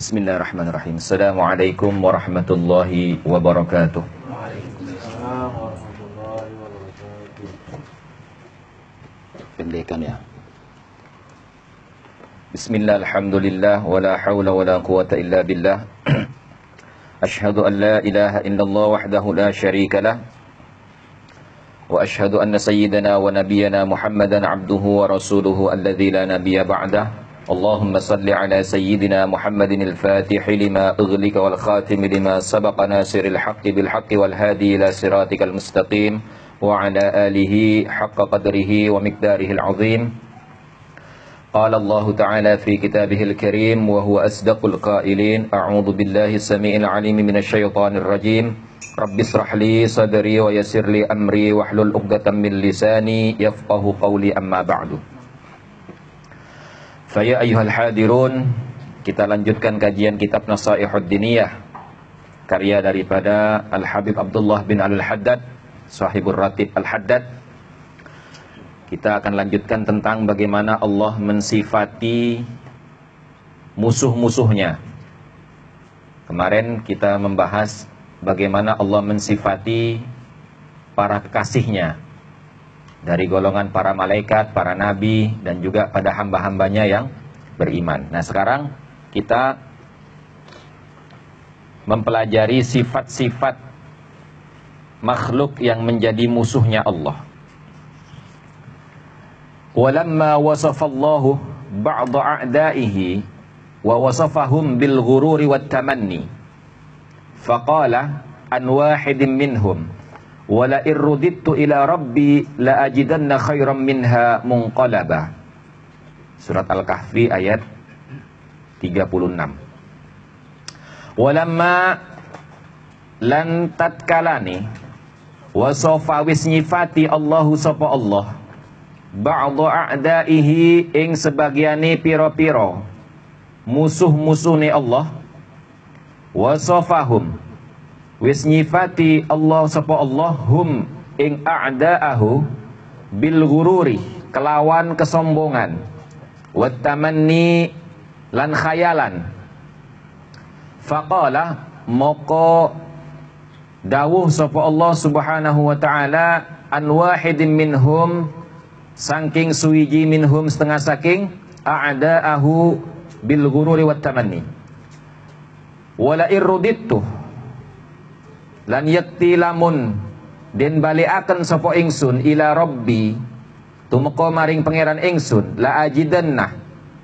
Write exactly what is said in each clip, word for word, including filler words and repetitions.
Bismillahirrahmanirrahim. Assalamualaikum warahmatullahi wabarakatuh. Waalaikumsalam warahmatullahi wabarakatuh. Pendekan ya. Bismillah, alhamdulillah, wala hawla wala quwata illa billah. Ashhadu an la ilaha illallah wahdahu la syarika lah. Wa ashhadu anna sayyidana wa nabiyyana Muhammadan abduhu wa rasuluhu alladzi la nabiyya ba'dah. Allahumma salli ala sayyidina Muhammadin al-fatihi lima ughliqa wal khatimi lima sabaqa nasiril haqqi bil haqqi wal hadi ila siratikal mustaqim wa ala alihi haqqa qadrihi wa miqdarihi al-azim. Qala Allah Ta'ala fi kitabihil karim wa huwa asdaqul qailin. A'udzu billahi as-sami'il 'alim minasy syaithanir rajim. Rabbi israh li sadri wa yassir li amri wahlul 'uqdatam min lisani yafqahu qawli, amma ba'du. Fa ya ayyuhal hadirun, kita lanjutkan kajian kitab Nasaihud Diniyah, karya daripada Al-Habib Abdullah bin Al-Haddad, sahibur Ratib Al-Haddad. Kita akan lanjutkan tentang bagaimana Allah mensifati musuh-musuhnya. Kemarin kita membahas bagaimana Allah mensifati para kekasihnya, dari golongan para malaikat, para nabi, dan juga pada hamba-hambanya yang beriman. Nah, sekarang kita mempelajari sifat-sifat makhluk yang menjadi musuhnya Allah. Walamma wasafallahu ba'da a'da'ihi wa wasafahum bil ghururi wat tamanni faqala an wahidin minhum wala irrudittu ila rabbi la ajidanna khairan minha munqalaba. Surat Al-Kahfi ayat tiga puluh enam. Walamma lan tatkalani wasafa wis nyifati Allahu sapa Allah ba'da a'daihi ing sebagiane piro-piro musuh-musuhne Allah, wasafahum wis nyifati Allah sapa Allah hum ing a'da'ahu bil ghururi kelawan kesombongan, wat tamanni lan khayalan. Faqala moko dawuh sapa Allah subhanahu wa ta'ala an wahidin minhum saking suwiji minhum setengah saking a'da'ahu bil ghururi wat tamanni wala irrudittu lan yakti lamun den baliaken sapa ingsun ila rabbi tumeka maring pangeran ingsun la ajidanna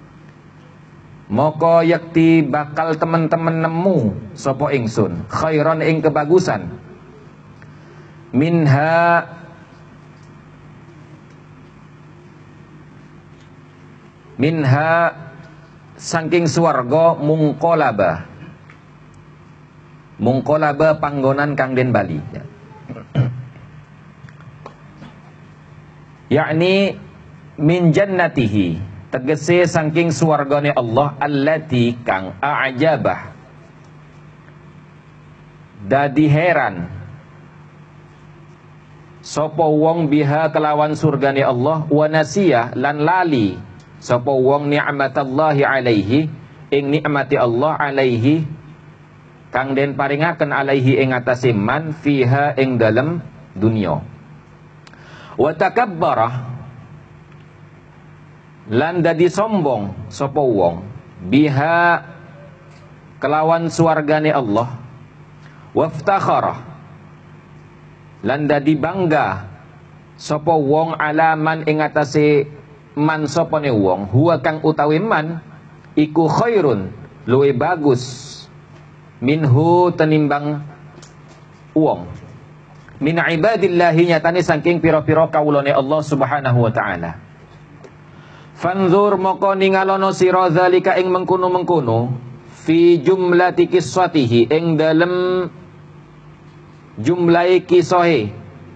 moko yakti bakal temen-temen nemu sapa ingsun khairan ing kebagusan minha minha saking swarga mungkolaba. Mungkolaba panggonan kang den bali ya. Yakni min jannatihi, tegese saking swargane Allah allati kang a'jabah dadi heran sapa wong biha kelawan surgane Allah wa nasiyah lan lali sapa wong ni'matallahi alaihi ing nikmati Allah alaihi kang den paringaken alaihi ing atase man fiha ing dalem dunya. Wa takabbara lan dadi sombong sapa wong biha kelawan swargane Allah. Waftakhara lan dadi bangga sapa wong alaman ing atase man sopone wong huwa kang utawi man iku khairun luwe bagus minhu tenimbang wong min ibadillahi nyatane saking pira-pira kawulane Allah subhanahu wa ta'ala. Fanzur moko ningalono sira zalika ing mengkono-mengkono fi jumlati qissatihi ing dalem jumlahe kisahe.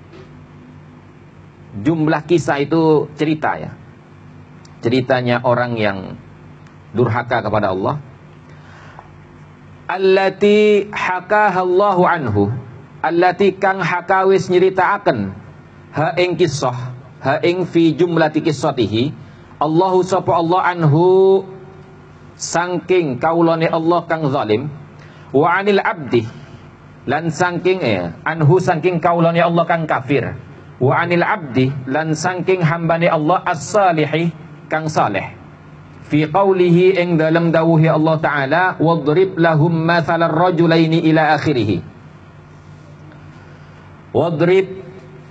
Jumlah kisah itu cerita ya, ceritanya orang yang durhaka kepada Allah. Allati hakaha Allahu anhu, allati kang hakawis nyeritaaken ha ing kisah, ha ing fi jumlati qissatihi Allahu sapa Allah anhu saking kaulane Allah kang zalim, wa anil abdi lan saking eh anhu saking kaulane Allah kang kafir, wa anil abdi lan saking hambane Allah as-salihi kang saleh. Fi qawlihi ing dalam dawuhi Allah Ta'ala, wadrib lahum mathalar rajulaini ila akhirih. Wadrib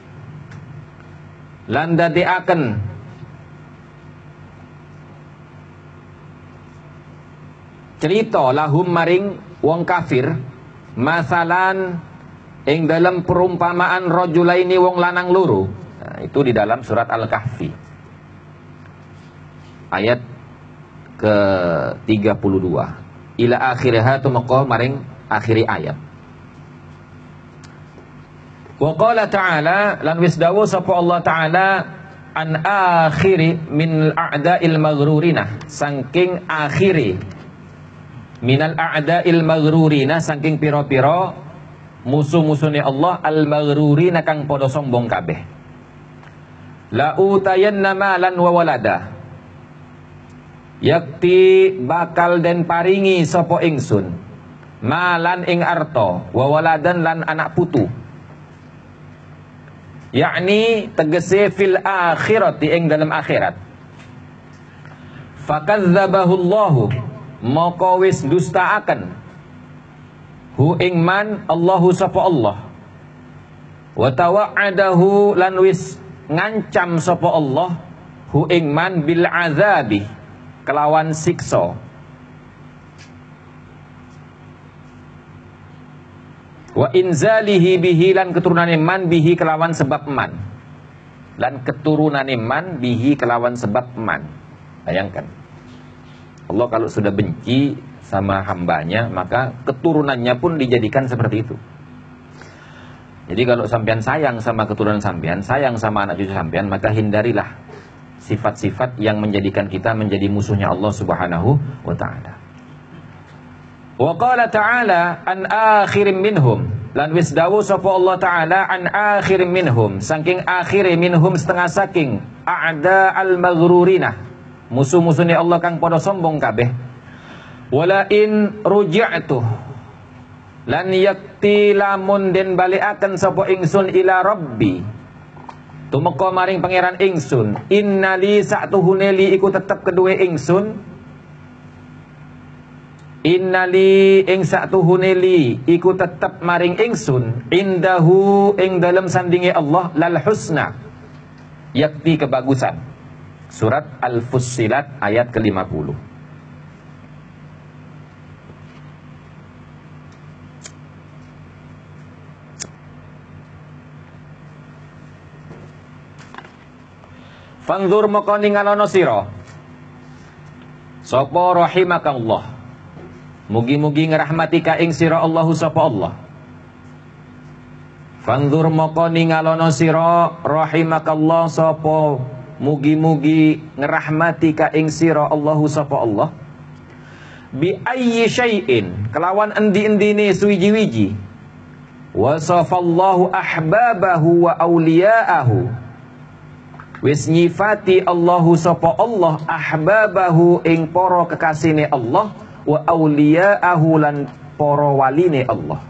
lan dadekaken cerita lahum maring wong kafir, masalan ing dalam perumpamaan rajulaini wong lanang loro. Nah, itu di dalam surat Al-Kahfi ayat ke tiga puluh dua. Ila akhiriha tumeka maring akhiri ayat. Wa qala ta'ala lan wis dawuh sapa Allah Ta'ala an akhiri min a'da'il maghrurina, saking akhiri minal a'da'il maghrurina, saking pira-pira musuh-musuhne Allah al maghrurina kang padha sombong kabeh. La utayanna malan wa walada, yakti bakal den paringi sapa ingsun malan ing arta, wa waladan lan anak putu. Yakni tegese fil akhirati ing dalam akhirat. Fakadzabahu Allahu, maka wis dustaaken hu ing man Allahu sapa Allah. Wa tawa'adahu lan wis ngancam sapa Allah hu ing man bil azabi kelawan siksa. Wa inzalihi bihi lan keturunane man bihi kelawan sebab man. Lan keturunane man bihi kelawan sebab man. Bayangkan, Allah kalau sudah benci sama hambanya, maka keturunannya pun dijadikan seperti itu. Jadi kalau sampean sayang sama keturunan sampean, sayang sama anak cucu sampean, maka hindarilah sifat-sifat yang menjadikan kita menjadi musuhnya Allah Subhanahu wa ta'ala. Wa qala ta'ala an akhirin minhum, lan wis dawuh sapa Allah Ta'ala an akhirin minhum, saking akhire minhum setengah saking a'da al maghrurina, musuh-musuhnya Allah kang padha sombong kabeh. Wala in ruji'tu lan yakti lamun den balikaken sapa ingsun ila rabbi, tumeka maring pangeran ingsun, innali sa'tuhune li iku tetep kedue ingsun, innali ing sa'tuhune li iku tetep maring ingsun, indahu ing dalem sandinge Allah, lal husna yakti kebagusan. Surat Al-Fussilat ayat ke lima puluh. Fanzur maka ningalono sira sapa rahimakallah, mugi-mugi ngrahmati ka ing sira Allahu sapa Allah. Fanzur maka ningalono sira rahimakallah sapa mugi-mugi ngrahmati ka ing sira Allahu sapa Allah. Bi ayyi syai'in kelawan endi-endine suwiji-wiji, wasafallahu ahbabahu wa auliya'ahu, wis nyifati Allahu sapa Allah ahbabahu ing para kekasine Allah, wa auliya'ahu lan para waline Allah,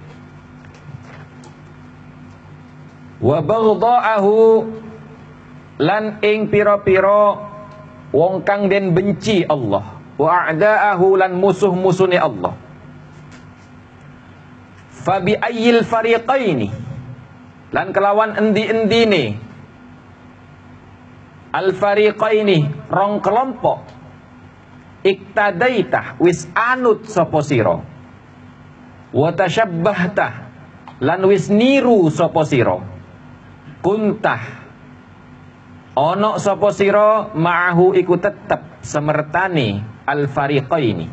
wa baghdha'ahu lan ing pira-pira wong kang den benci Allah, wa a'da'ahu lan musuh-musuhne Allah. Fa bi ayyil fariqaini lan kelawan endi-endine al-fariqaini rong kelompok, iktadaita wis anut sapa sira, wa tasyabbahta lan wis niru sapa sira, kuntah ana sapa sira ma'ahu iku tetep semertane al-fariqaini.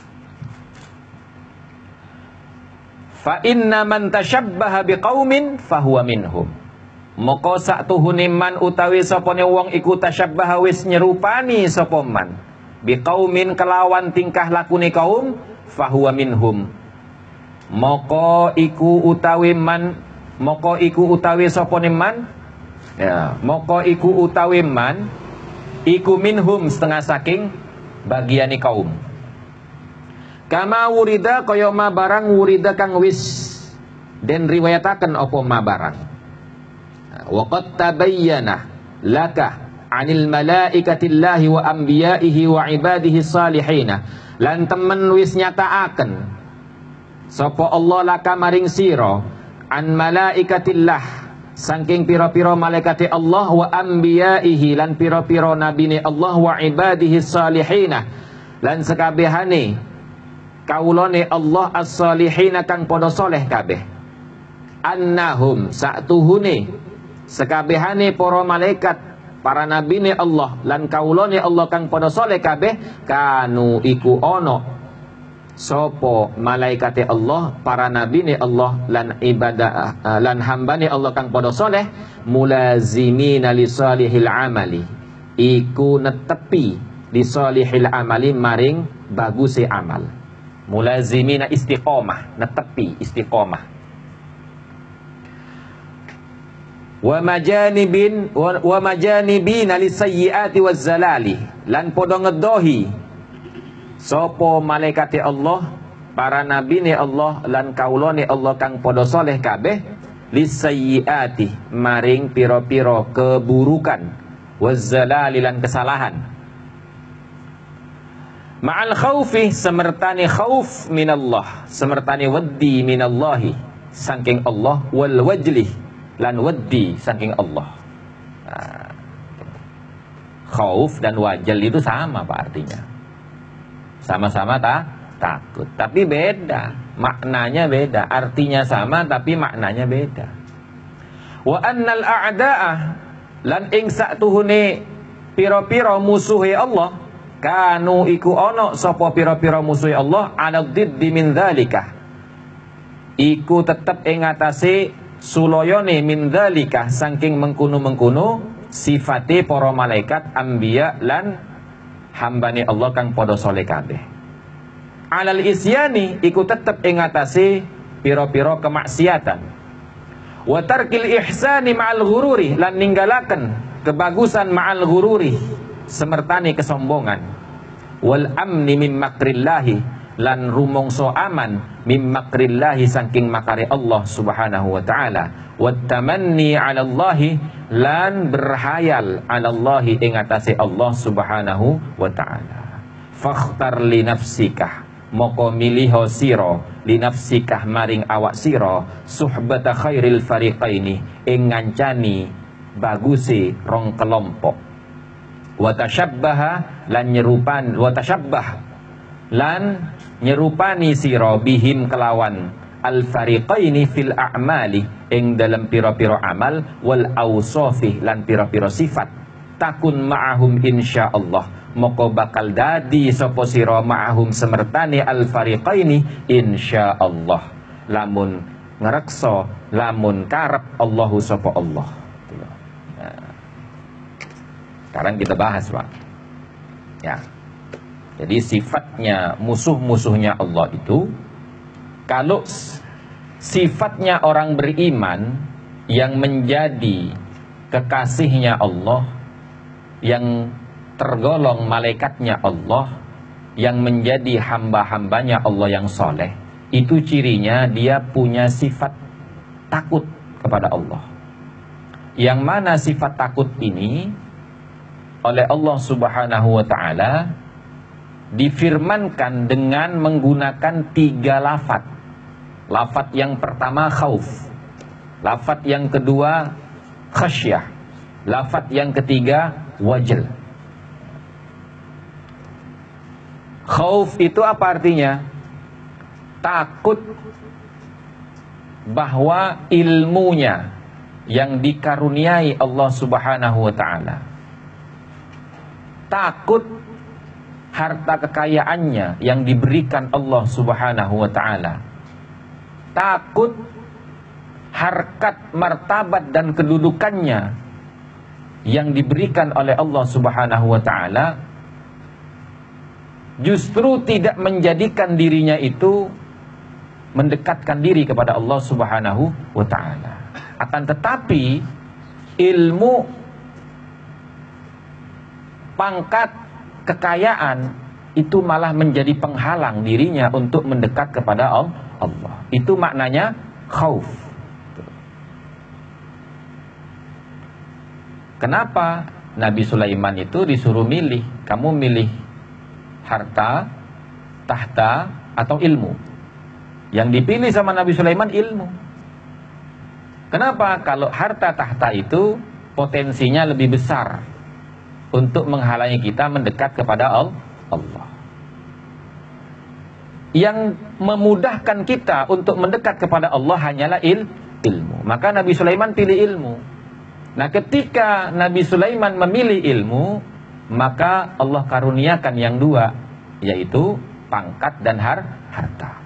Fa inna man tasyabbaha biqaumin fahuwa minhum, maka saktuhune man utawi sapane wong iku tasyabbaha wis nyerupani sapa man biqaumin kelawan tingkah lakune kaum, fahuwa minhum, maka iku utawi man maka iku utawi sapane man ya maka iku utawi man iku minhum setengah saking bagiani kaum. Kama wurida kaya ma barang wurida kang wis den riwayataken apa ma barang. Wa qad tabayyana laka 'anil malaikatillahi wa anbiya'ihi wa ibadihi salihina. Lan temen wis nyataaken sapa Allah laka maring sira an malaikatillah saking pira-pira malaikate Allah wa anbiya'ihi lan pira-pira nabine Allah wa ibadihi salihina lan sekabehane kaulane Allah as-salihina kang padha saleh kabeh. Annahum sa'tuhune sekabehane para malaikat para nabine Allah lan kaulane Allah kang padha saleh kabeh kanu iku ana sopo malaikate Allah para nabine Allah lan ibadah uh, lan hambane Allah kang padha saleh mulazimina li salihil amali iku netepi li salihil amali maring baguse amal. Mulazimina istiqomah, netepi istiqomah. Wa majanibin wa, wa majanibina li sayyiati waz zalali lan padha ngedohi sopo malaikate Allah para nabine Allah lan kaulane Allah kang padha saleh kabeh lisayyiati maring pira-pira keburukan wazzalali lan kesalahan ma'al khaufi semertane khauf minallah semertane weddi minallahi saking Allah wal wajli lan weddi saking Allah. Nah, khauf dan wajal itu sama Pak artinya. Sama-sama tak takut, tapi beda, maknanya beda, artinya sama tapi maknanya beda. Wa annal a'da'a lan ing satuhune pira-pira musuhe Allah kanu iku ana sapa pira-pira musuhe Allah ala diddi min dzalika iku tetep ing atase suloyone min dzalika saking mengkono-mengkono sifate para malaikat anbiya lan hambane Allah kang padha saleh kabeh. Alal isyani iku tetep ing atase pira-pira kemaksiatan. Wa tarkil ihsani ma'al ghururi lan ninggalaken kebagusan ma'al ghururi semertane kesombongan. Wal amni mim makrillahi lan rumangsa aman mim makrillahi saking makare Allah Subhanahu wa taala. Wat tamanni 'ala Allahi lan berhayal 'ala Allahi ing atase Allah Subhanahu wa taala. Fakhtar li nafsika moko miliho sira li nafsika maring awak sira suhbata khairil fariqaini ing ngancani baguse rong kelompok. Wa tashabbaha lan nyerupan wa tashabbah lan nyerupani sira bihim kelawan al fariqaini fil a'mali ing dalam pira-pira amal wal awsafi lan pira-pira sifat takun ma'ahum insyaallah moko bakal dadi sapa sira ma'ahum semertane al fariqaini insyaallah lamun ngreksa lamun karep Allahu sapa Allah. Nah, sekarang kita bahas Pak ya. Jadi sifatnya musuh-musuhnya Allah itu, kalau sifatnya orang beriman yang menjadi kekasihnya Allah, yang tergolong malaikatnya Allah, yang menjadi hamba-hambanya Allah yang soleh, itu cirinya dia punya sifat takut kepada Allah. Yang mana sifat takut ini oleh Allah Subhanahu wa ta'ala difirmankan dengan menggunakan tiga lafat. Lafat yang pertama khauf, lafat yang kedua khasyah, lafat yang ketiga wajl. Khauf itu apa artinya? Takut bahwa ilmunya yang dikaruniai Allah Subhanahu wa ta'ala, takut harta kekayaannya yang diberikan Allah Subhanahu wa ta'ala, takut harkat, martabat dan kedudukannya yang diberikan oleh Allah Subhanahu wa ta'ala justru tidak menjadikan dirinya itu mendekatkan diri kepada Allah Subhanahu wa ta'ala. Akan tetapi ilmu, pangkat, kekayaan itu malah menjadi penghalang dirinya untuk mendekat kepada Allah. Itu maknanya khauf. Kenapa Nabi Sulaiman itu disuruh milih? Kamu milih harta, tahta, atau ilmu? Yang dipilih sama Nabi Sulaiman ilmu. Kenapa? Kalau harta tahta itu potensinya lebih besar untuk menghalangi kita mendekat kepada Allah. Yang memudahkan kita untuk mendekat kepada Allah hanyalah il, ilmu. Maka Nabi Sulaiman pilih ilmu. Nah, ketika Nabi Sulaiman memilih ilmu, maka Allah karuniakan yang dua, yaitu pangkat dan har, harta.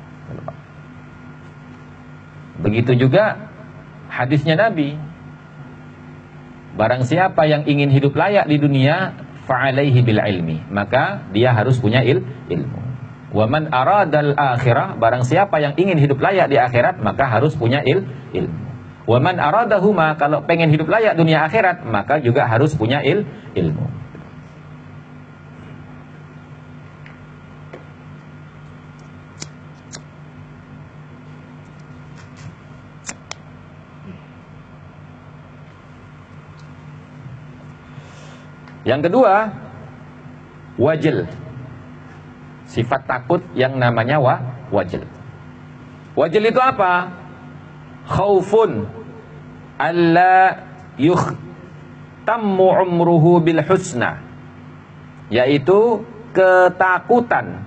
Begitu juga hadisnya Nabi, barang siapa yang ingin hidup layak di dunia, fa'alaihi bil ilmi, maka dia harus punya il, ilmu. Wa man aradal akhirah, barang siapa yang ingin hidup layak di akhirat, maka harus punya il, ilmu. Wa man aradahuma, kalau pengen hidup layak dunia akhirat, maka juga harus punya il, ilmu. Yang kedua, wajil. Sifat takut yang namanya wa, wajil. Wajil itu apa? Khaufun alla yukhtammu umruhu bil husna, yaitu ketakutan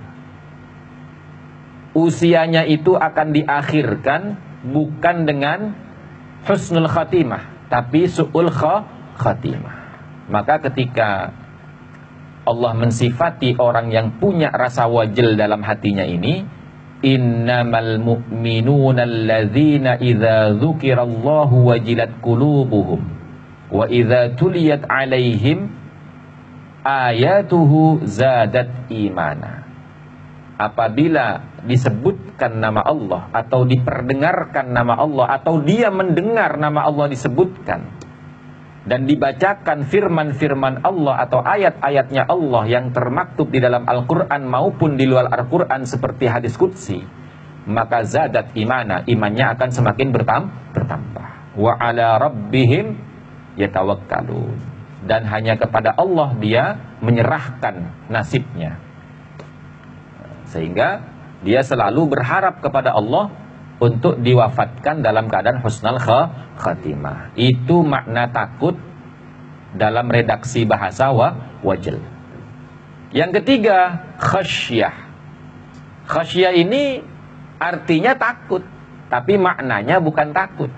usianya itu akan diakhirkan bukan dengan husnul khatimah, tapi su'ul khatimah. Maka ketika Allah mensifati orang yang punya rasa wajil dalam hatinya ini, innamal mu'minuna alladzina idza dzukirallahu wajilat qulubuhum wa idza tuliyat alaihim ayatuhu zadat imana. Apabila disebutkan nama Allah atau diperdengarkan nama Allah atau dia mendengar nama Allah disebutkan dan dibacakan firman-firman Allah atau ayat-ayatnya Allah yang termaktub di dalam Al-Quran maupun di luar Al-Quran seperti hadis qudsi, maka zadat imana, imannya akan semakin bertambah. Wa ala rabbihim yatawakkalun, dan hanya kepada Allah dia menyerahkan nasibnya, sehingga dia selalu berharap kepada Allah untuk diwafatkan dalam keadaan husnul khatimah. Itu makna takut dalam redaksi bahasa wa, wajil. Yang ketiga, khasyah. Khasyah ini artinya takut, tapi maknanya bukan takut.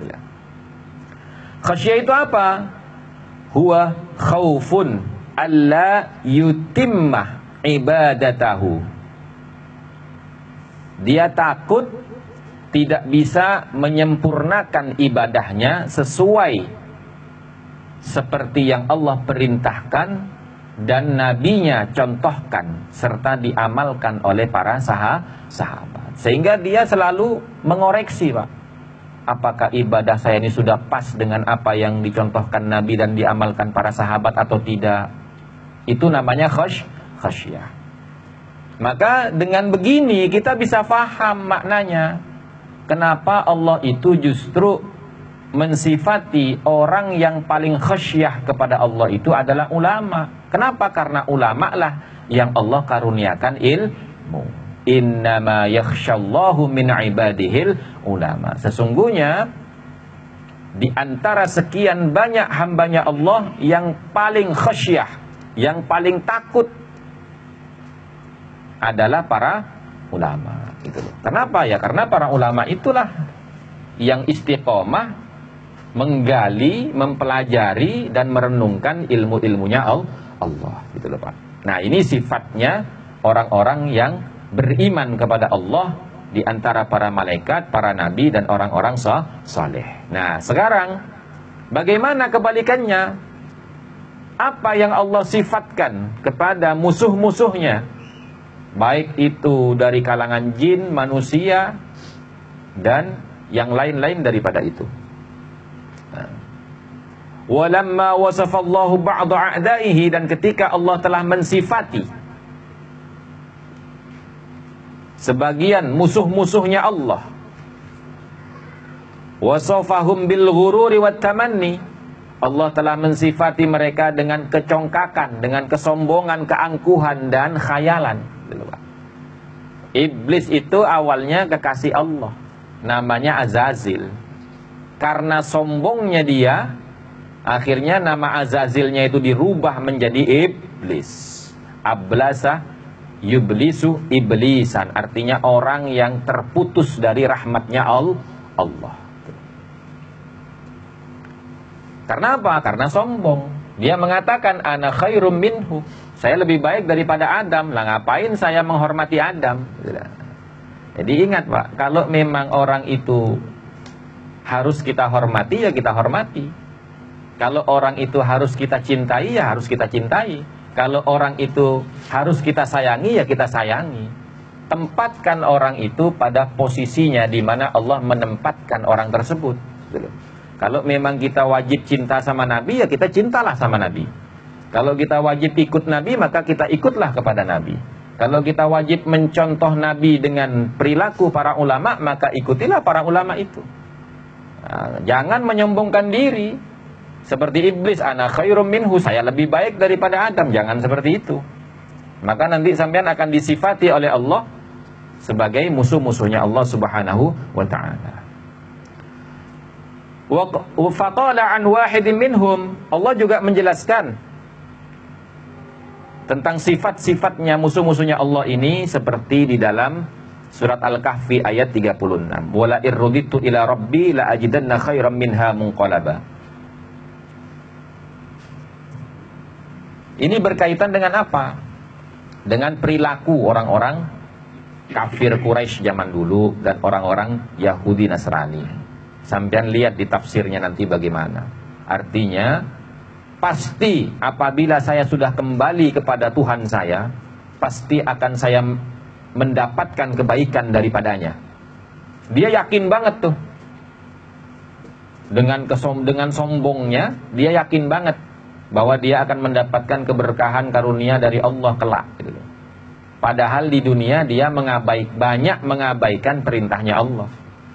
Khasyah itu apa? Huwa khaufun alla yutimmah ibadatahu. Dia takut tidak bisa menyempurnakan ibadahnya sesuai seperti yang Allah perintahkan dan nabinya contohkan serta diamalkan oleh para sahabat. Sehingga dia selalu mengoreksi, Pak. Apakah ibadah saya ini sudah pas dengan apa yang dicontohkan nabi dan diamalkan para sahabat atau tidak? Itu namanya khash, khasyah. Maka dengan begini kita bisa faham maknanya. Kenapa Allah itu justru mensifati orang yang paling khasyah kepada Allah itu adalah ulama. Kenapa? Karena ulama lah yang Allah karuniakan ilmu. Innama yakhshallahu min ibadihil ulama. Sesungguhnya di antara sekian banyak hambanya Allah yang paling khasyah, yang paling takut adalah para ulama. Gitu loh. Kenapa ya? Karena para ulama itulah yang istiqomah menggali, mempelajari dan merenungkan ilmu-ilmunya Allah. Gitu loh, Pak. Nah, ini sifatnya orang-orang yang beriman kepada Allah di antara para malaikat, para nabi dan orang-orang saleh. Nah, sekarang bagaimana kebalikannya? Apa yang Allah sifatkan kepada musuh-musuhnya? Baik itu dari kalangan jin, manusia, dan yang lain-lain daripada itu. Walamma wasafallahu ba'da a'daihi, dan ketika Allah telah mensifati sebagian musuh-musuhnya Allah. Wasafahum bil ghururi wat tamanni. Allah telah mensifati mereka dengan kecongkakan, dengan kesombongan, keangkuhan dan khayalan. Iblis itu awalnya kekasih Allah, namanya Azazil. Karena sombongnya dia, akhirnya nama Azazilnya itu dirubah menjadi iblis. Ablasa yublisu iblisan, artinya orang yang terputus dari rahmatnya Allah. Karena apa? Karena sombong. Dia mengatakan ana khairum minhu, saya lebih baik daripada Adam. Lah ngapain saya menghormati Adam? Jadi ingat Pak, kalau memang orang itu harus kita hormati, ya kita hormati. Kalau orang itu harus kita cintai, ya harus kita cintai. Kalau orang itu harus kita sayangi, ya kita sayangi. Tempatkan orang itu pada posisinya di mana Allah menempatkan orang tersebut. Kalau memang kita wajib cinta sama Nabi, ya kita cintalah sama Nabi. Kalau kita wajib ikut Nabi, maka kita ikutlah kepada Nabi. Kalau kita wajib mencontoh Nabi dengan perilaku para ulama, maka ikutilah para ulama itu. Nah, jangan menyombongkan diri seperti iblis, ana khairum minhu, saya lebih baik daripada Adam. Jangan seperti itu. Maka nanti sampean akan disifati oleh Allah sebagai musuh-musuhnya Allah Subhanahu wa ta'ala. Wa faqala an wahidin minhum, Allah juga menjelaskan tentang sifat-sifatnya musuh-musuhnya Allah ini seperti di dalam surat Al-Kahfi ayat tiga puluh enam. Wala irruditu ila rabbi la ajidanna khairam minha munqalaba. Ini berkaitan dengan apa? Dengan perilaku orang-orang kafir Quraisy zaman dulu dan orang-orang Yahudi Nasrani. Sampean lihat di tafsirnya nanti bagaimana. Artinya, pasti apabila saya sudah kembali kepada Tuhan saya, pasti akan saya mendapatkan kebaikan daripadanya. Dia yakin banget tuh. Dengan kesom dengan sombongnya, dia yakin banget bahwa dia akan mendapatkan keberkahan karunia dari Allah kelak. Padahal di dunia dia mengabaik, banyak mengabaikan perintahnya Allah.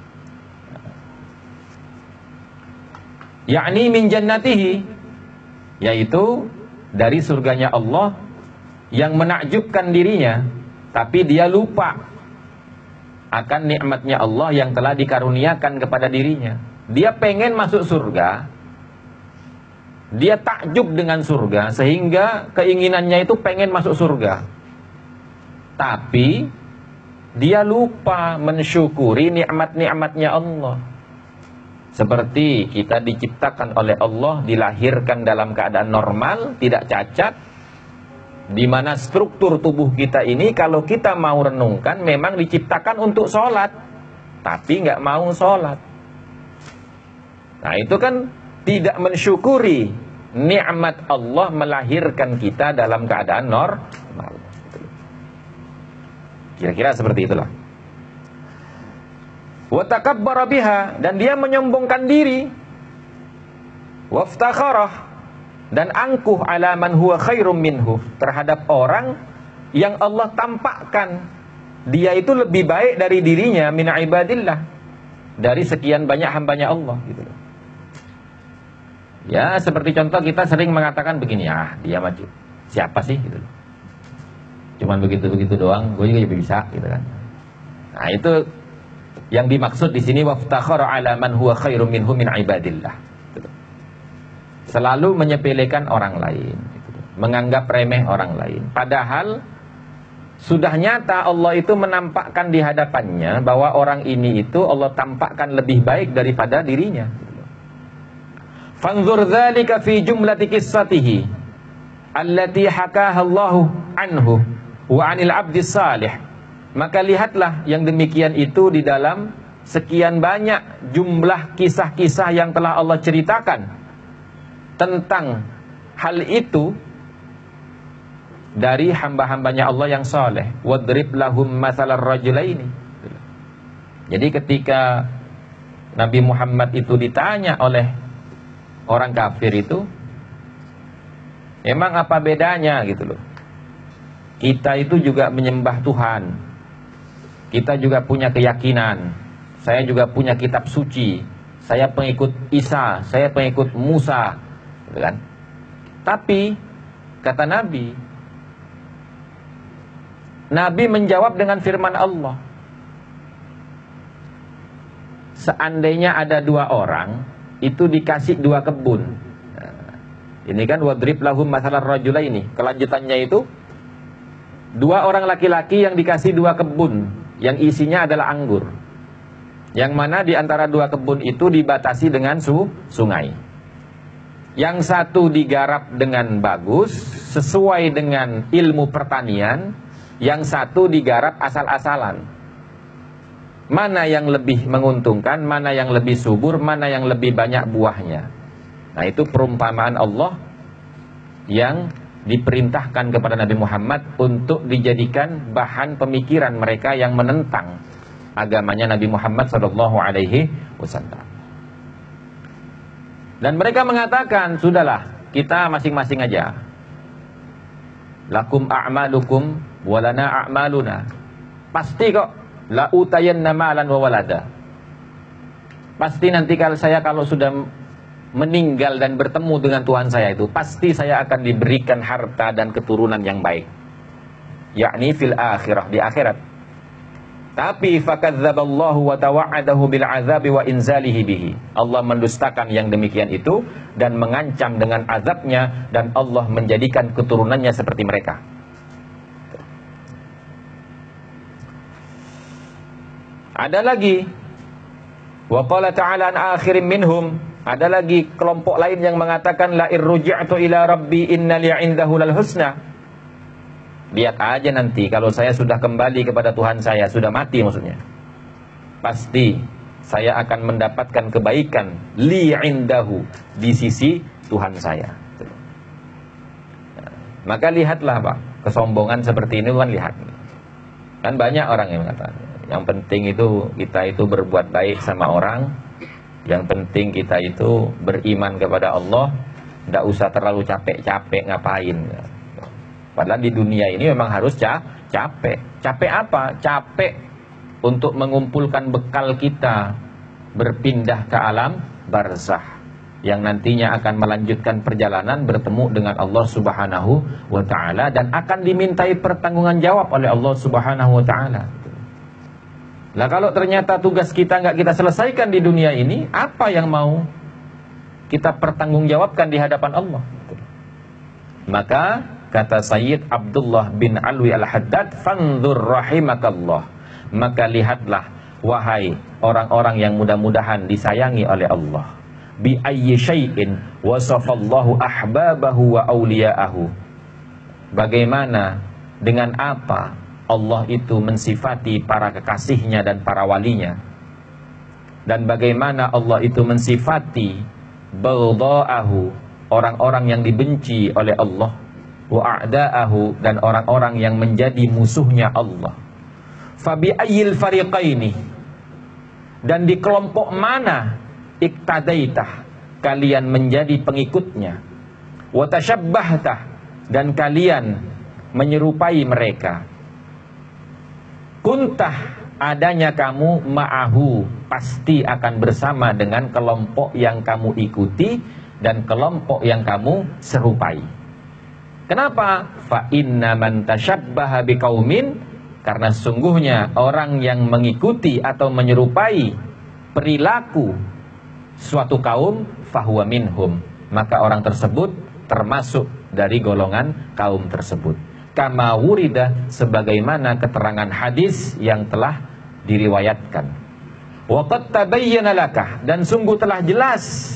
Yakni min jannatihi, yaitu dari surganya Allah yang menakjubkan dirinya, tapi dia lupa akan nikmatnya Allah yang telah dikaruniakan kepada dirinya. Dia pengen masuk surga, dia takjub dengan surga, sehingga keinginannya itu pengen masuk surga. Tapi dia lupa mensyukuri nikmat-nikmatnya Allah. Seperti kita diciptakan oleh Allah, dilahirkan dalam keadaan normal, tidak cacat, di mana struktur tubuh kita ini kalau kita mau renungkan memang diciptakan untuk sholat, tapi nggak mau sholat. Nah itu kan tidak mensyukuri nikmat Allah melahirkan kita dalam keadaan normal. Kira-kira seperti itulah. Wa takabbara biha, dan dia menyombongkan diri. Waftakharah, dan angkuh ala man huwa khairum minhu, terhadap orang yang Allah tampakkan dia itu lebih baik dari dirinya, min ibadillah, dari sekian banyak hambanya Allah gitu loh. Ya seperti contoh kita sering mengatakan begini, ah dia maju siapa sih gitu loh. Cuman begitu-begitu doang, gue juga bisa gitu kan. Nah itu yang dimaksud di sini, waftakhara ala man huwa khairum minhu min ibadillah. Selalu menyepelekan orang lain, menganggap remeh orang lain. Padahal sudah nyata Allah itu menampakkan di hadapannya bahwa orang ini itu Allah tampakkan lebih baik daripada dirinya. Fanzur dzalika fi jumlati qissatihi allati hakaha Allahu anhu wa 'anil 'abdi salih. Maka lihatlah yang demikian itu di dalam sekian banyak jumlah kisah-kisah yang telah Allah ceritakan tentang hal itu dari hamba-hambanya Allah yang saleh. Wadrib lahum mathalar rajulaini. Jadi ketika Nabi Muhammad itu ditanya oleh orang kafir itu, emang apa bedanya gitu loh? Kita itu juga menyembah Tuhan. kita juga punya keyakinan, saya juga punya kitab suci, saya pengikut Isa, saya pengikut Musa, gitu kan? Tapi kata Nabi, Nabi menjawab dengan firman Allah, seandainya ada dua orang itu dikasih dua kebun. Nah, ini kan wadrib lahum masalah rajulaini. Kelanjutannya itu dua orang laki-laki yang dikasih dua kebun yang isinya adalah anggur. Yang mana di antara dua kebun itu dibatasi dengan su sungai. Yang satu digarap dengan bagus sesuai dengan ilmu pertanian, yang satu digarap asal-asalan. Mana yang lebih menguntungkan, mana yang lebih subur, mana yang lebih banyak buahnya. Nah, itu perumpamaan Allah yang diperintahkan kepada Nabi Muhammad untuk dijadikan bahan pemikiran mereka yang menentang agamanya Nabi Muhammad shallallahu alaihi wasallam. Dan mereka mengatakan, sudahlah, kita masing-masing aja. Lakum a'malukum walana a'maluna. Pasti kok la utayanna malan wa walada. Pasti nanti kalau saya kalau sudah meninggal dan bertemu dengan Tuhan saya itu, pasti saya akan diberikan harta dan keturunan yang baik. Yakni fil akhirah, di akhirat. Tapi fakadzaballahu wa tawa'adahu bil azabi wa inzalihi bihi. Allah mendustakan yang demikian itu dan mengancam dengan azabnya, dan Allah menjadikan keturunannya seperti mereka. Ada lagi, wa qala ta'ala an akhirin minhum, ada lagi kelompok lain yang mengatakan la irruji'tu ila rabbi inna li 'indahu lal husna. Lihat aja nanti kalau saya sudah kembali kepada Tuhan saya, sudah mati maksudnya, pasti saya akan mendapatkan kebaikan li 'indahu, di sisi Tuhan saya. Nah, maka lihatlah Pak, kesombongan seperti ini kan, lihat. Kan banyak orang yang mengatakan, yang penting itu kita itu berbuat baik sama orang, yang penting kita itu beriman kepada Allah, tidak usah terlalu capek-capek ngapain. Padahal di dunia ini memang harus capek. Capek apa? Capek untuk mengumpulkan bekal kita berpindah ke alam barzah, yang nantinya akan melanjutkan perjalanan bertemu dengan Allah Subhanahu wa ta'ala, dan akan dimintai pertanggungan jawab oleh Allah Subhanahu wa ta'ala. Nah, kalau ternyata tugas kita nggak kita selesaikan di dunia ini, apa yang mau kita pertanggungjawabkan di hadapan Allah? Maka kata Sayyid Abdullah bin Alwi al-Haddad, fanzur rahimakallah, maka lihatlah wahai orang-orang yang mudah-mudahan disayangi oleh Allah, bi ayyi syai'in wasafallahu ahbabahu wa awliya'ahu, bagaimana, dengan apa Allah itu mensifati para kekasihnya dan para walinya, dan bagaimana Allah itu mensifati baghdha'ahu, orang-orang yang dibenci oleh Allah, wa a'da'ahu, dan orang-orang yang menjadi musuhnya Allah. Fabi ayyil fariqaini, dan di kelompok mana iktadaitah, kalian menjadi pengikutnya, wa tashabbahta, dan kalian menyerupai mereka, kuntah, adanya kamu ma'ahu, pasti akan bersama dengan kelompok yang kamu ikuti dan kelompok yang kamu serupai. Kenapa? Fa inna man tashabbaha biqaumin, karena sungguhnya orang yang mengikuti atau menyerupai perilaku suatu kaum, fahuwa minhum, maka orang tersebut termasuk dari golongan kaum tersebut. Kama wurida, sebagaimana keterangan hadis yang telah diriwayatkan. Wa qad tabayyana laka, dan sungguh telah jelas,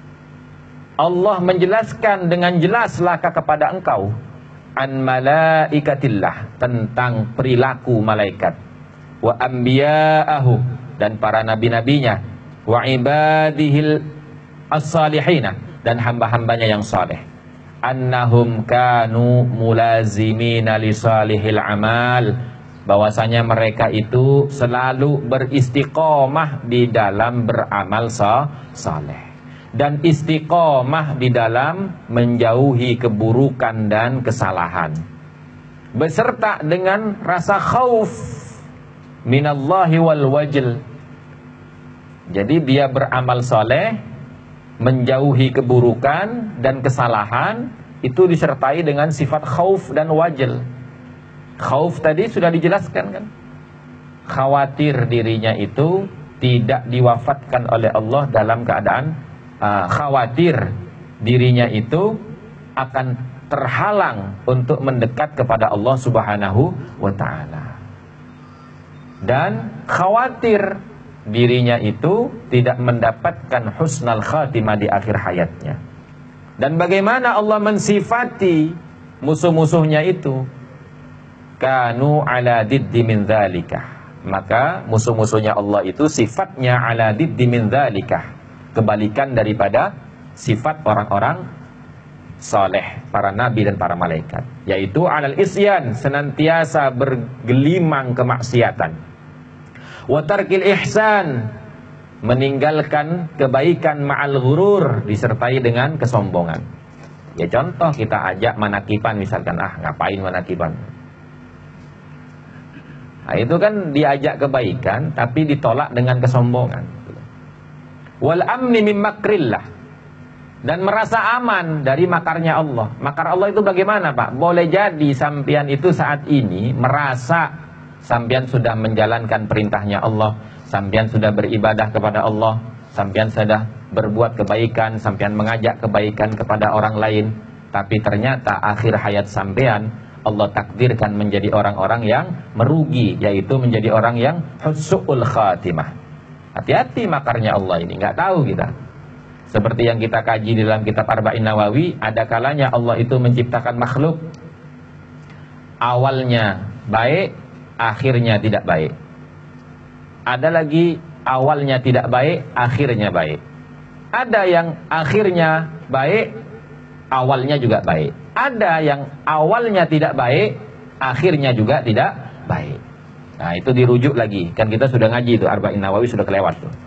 Allah menjelaskan dengan jelas laka kepada engkau, an malaikatillah, tentang perilaku malaikat, wa anbiya'ahu, dan para nabi-nabinya, wa ibadihil as-salihina, dan hamba-hambanya yang saleh, annahum kanu mulazimina li salihil amal, bahwasanya mereka itu selalu beristiqomah di dalam beramal saleh, dan istiqomah di dalam menjauhi keburukan dan kesalahan, beserta dengan rasa khauf, minallahi wal wajl. Jadi dia beramal soleh, menjauhi keburukan dan kesalahan, itu disertai dengan sifat khauf dan wajl. Khauf tadi sudah dijelaskan kan, khawatir dirinya itu tidak diwafatkan oleh Allah dalam keadaan uh, khawatir dirinya itu akan terhalang untuk mendekat kepada Allah Subhanahu wa ta'ala, dan khawatir dirinya itu tidak mendapatkan husnal khatimah di akhir hayatnya. Dan bagaimana Allah mensifati musuh-musuhnya itu? Kanu ala diddi min dzalikah. Maka musuh-musuhnya Allah itu sifatnya ala diddi min dzalikah, kebalikan daripada sifat orang-orang saleh, para nabi dan para malaikat, yaitu alal isyan, senantiasa bergelimang kemaksiatan. Wa tarkil ihsan, meninggalkan kebaikan, ma'al ghurur, disertai dengan kesombongan. Ya contoh, kita ajak manakiban misalkan, ah ngapain manakiban? Nah, itu kan diajak kebaikan tapi ditolak dengan kesombongan. Wal amni mim makrillah, dan merasa aman dari makarnya Allah. Makar Allah itu bagaimana, Pak? Boleh jadi sampian itu saat ini merasa sampian sudah menjalankan perintahnya Allah, sampian sudah beribadah kepada Allah, sampian sudah berbuat kebaikan, sampian mengajak kebaikan kepada orang lain, tapi ternyata akhir hayat sampian Allah takdirkan menjadi orang-orang yang merugi, yaitu menjadi orang yang hussu'ul khatimah. Hati-hati makarnya Allah ini, nggak tahu kita. Seperti yang kita kaji di dalam kitab Arba'in Nawawi, ada kalanya Allah itu menciptakan makhluk, awalnya baik, akhirnya tidak baik. Ada lagi awalnya tidak baik, akhirnya baik. Ada yang akhirnya baik, awalnya juga baik. Ada yang awalnya tidak baik, akhirnya juga tidak baik. Nah, itu dirujuk lagi. Kan kita sudah ngaji itu, Arba'in Nawawi sudah kelewat tuh.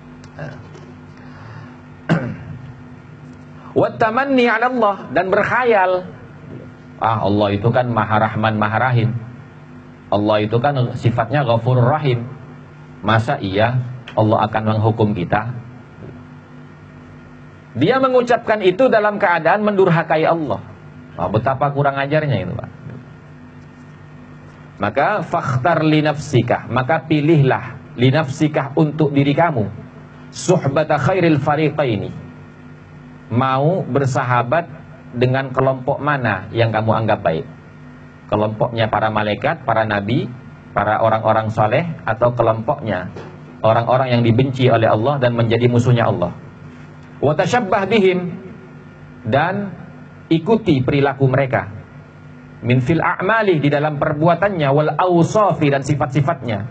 Wattamanni 'ala Allah, dan berkhayal. Ah, Allah itu kan Maha Rahman, Maha Rahim. Allah itu kan sifatnya Ghafurur Rahim. Masa iya Allah akan menghukum kita? Dia mengucapkan itu dalam keadaan mendurhakai Allah. Wah, betapa kurang ajarnya itu, Pak. Maka fakhtar li nafsikah, maka pilihlah li nafsikah, untuk diri kamu, suhbata khairil fariqaini, mau bersahabat dengan kelompok mana yang kamu anggap baik? Kelompoknya para malaikat, para nabi, para orang-orang saleh, atau kelompoknya orang-orang yang dibenci oleh Allah dan menjadi musuhnya Allah. Wa tashabbah bihim, dan ikuti perilaku mereka, min fil a'mali, di dalam perbuatannya, wal awsafi, dan sifat-sifatnya.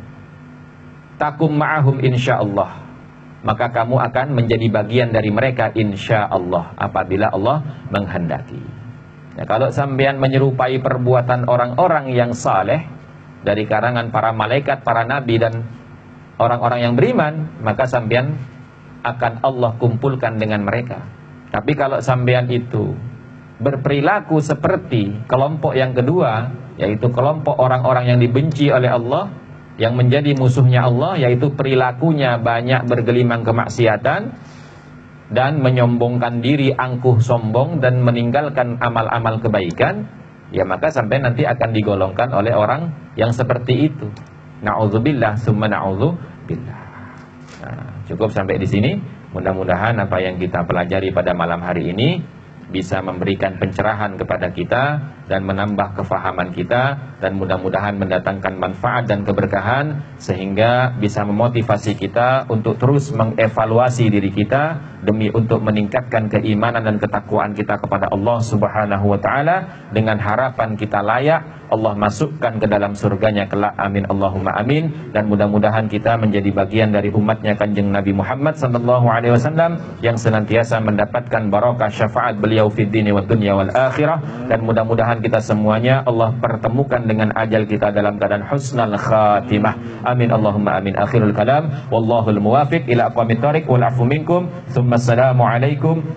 Takum ma'ahum insyaallah, maka kamu akan menjadi bagian dari mereka insyaallah, apabila Allah menghendaki. Ya, kalau sampean menyerupai perbuatan orang-orang yang saleh dari karangan para malaikat, para nabi, dan orang-orang yang beriman, maka sampean akan Allah kumpulkan dengan mereka. Tapi kalau sampean itu berperilaku seperti kelompok yang kedua, yaitu kelompok orang-orang yang dibenci oleh Allah, yang menjadi musuhnya Allah, yaitu perilakunya banyak bergelimang kemaksiatan dan menyombongkan diri, angkuh sombong, dan meninggalkan amal-amal kebaikan, ya maka sampai nanti akan digolongkan oleh orang yang seperti itu. Na'udzubillah, summa na'udzubillah. Nah, cukup sampai di sini. Mudah-mudahan apa yang kita pelajari pada malam hari ini bisa memberikan pencerahan kepada kita dan menambah kefahaman kita, dan mudah-mudahan mendatangkan manfaat dan keberkahan, sehingga bisa memotivasi kita untuk terus mengevaluasi diri kita demi untuk meningkatkan keimanan dan ketakwaan kita kepada Allah Subhanahu wa taala, dengan harapan kita layak Allah masukkan ke dalam surganya kelak, amin Allahumma amin. Dan mudah-mudahan kita menjadi bagian dari umatnya Kanjeng Nabi Muhammad sallallahu alaihi wasallam yang senantiasa mendapatkan barakah syafaat beliau fid dini wad dunya wal akhirah. Dan mudah-mudahan kita semuanya Allah pertemukan dengan ajal kita dalam keadaan husnal khatimah, amin Allahumma amin. Akhirul kalam, wallahul muwafiq ila aqwamit thoriq, wal afu minkum. Tsumma assalamu alaikum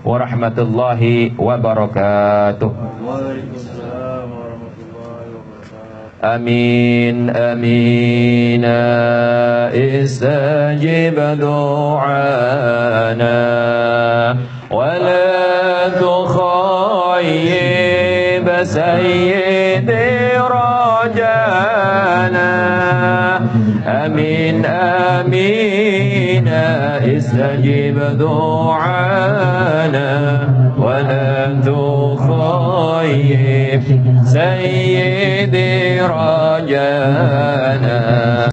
warahmatullahi wabarakatuh. Waalaikumsalam warahmatullahi wabarakatuh. آمين آمين استجب دعانا ولا تخيب سيدي رجانا آمين آمين استجب دعانا ولا تخيب سيدي رجانا